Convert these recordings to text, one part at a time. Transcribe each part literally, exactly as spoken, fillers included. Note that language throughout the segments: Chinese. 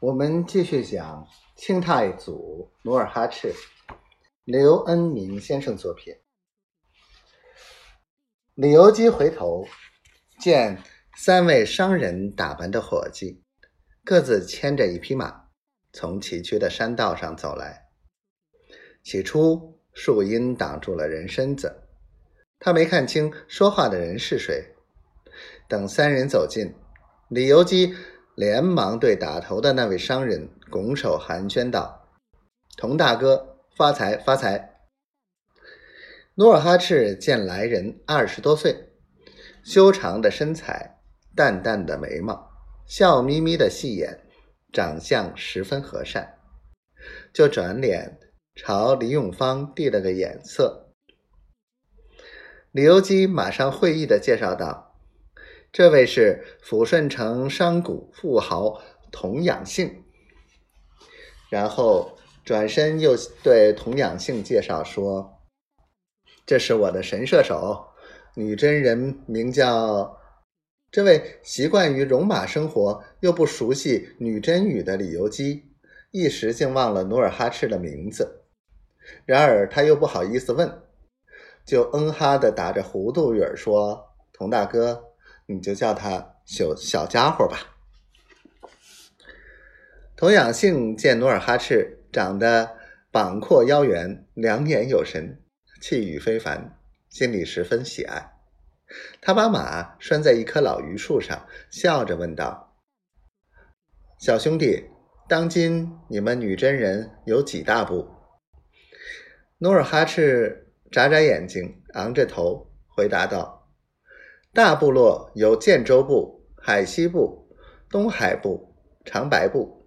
我们继续讲清太祖努尔哈赤，刘恩明先生作品。李由基回头见三位商人打扮的伙计，各自牵着一匹马，从崎岖的山道上走来。起初树荫挡住了人身子，他没看清说话的人是谁。等三人走近，李由基连忙对打头的那位商人拱手寒暄道：“佟大哥，发财发财。”努尔哈赤见来人二十多岁，修长的身材，淡淡的眉毛，笑眯眯的细眼，长相十分和善，就转脸朝李永芳递了个眼色。李由基马上会意地介绍道：“这位是抚顺城商贾富豪童养性。”然后转身又对童养性介绍说：“这是我的神射手，女真人名叫……”这位习惯于戎马生活又不熟悉女真语的李由基，一时竟忘了努尔哈赤的名字。然而他又不好意思问，就嗯哈地打着糊涂语说：“童大哥，你就叫他小小家伙吧。”童养性见努尔哈赤长得膀阔腰圆，两眼有神，气宇非凡，心里十分喜爱。他把马拴在一棵老榆树上，笑着问道：“小兄弟，当今你们女真人有几大部？”努尔哈赤眨眨眼睛，昂着头回答道：“大部落有建州部、海西部、东海部、长白部。”“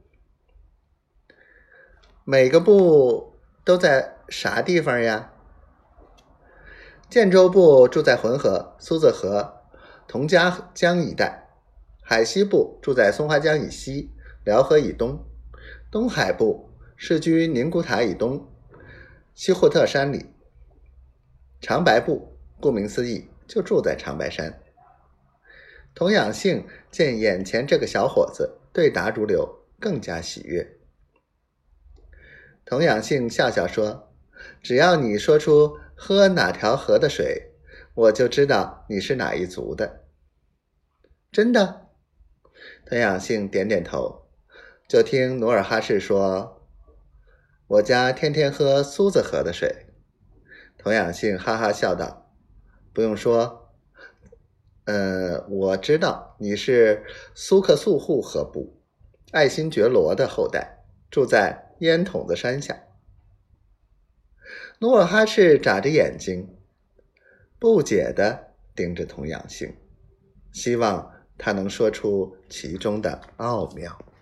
每个部都在啥地方呀？”“建州部住在浑河、苏子河、同嘉江一带，海西部住在松花江以西、辽河以东，东海部是居宁古塔以东、西扈特山里，长白部顾名思义就住在长白山。”童养性见眼前这个小伙子对答如流，更加喜悦。童养性笑笑说：“只要你说出喝哪条河的水，我就知道你是哪一族的。”“真的？”童养性点点头。就听努尔哈赤说：“我家天天喝苏子河的水。”童养性哈哈笑道：“不用说，呃，我知道你是苏克素护河部爱新觉罗的后代，住在烟筒子山下。”努尔哈赤眨着眼睛，不解地盯着童养性，希望他能说出其中的奥妙。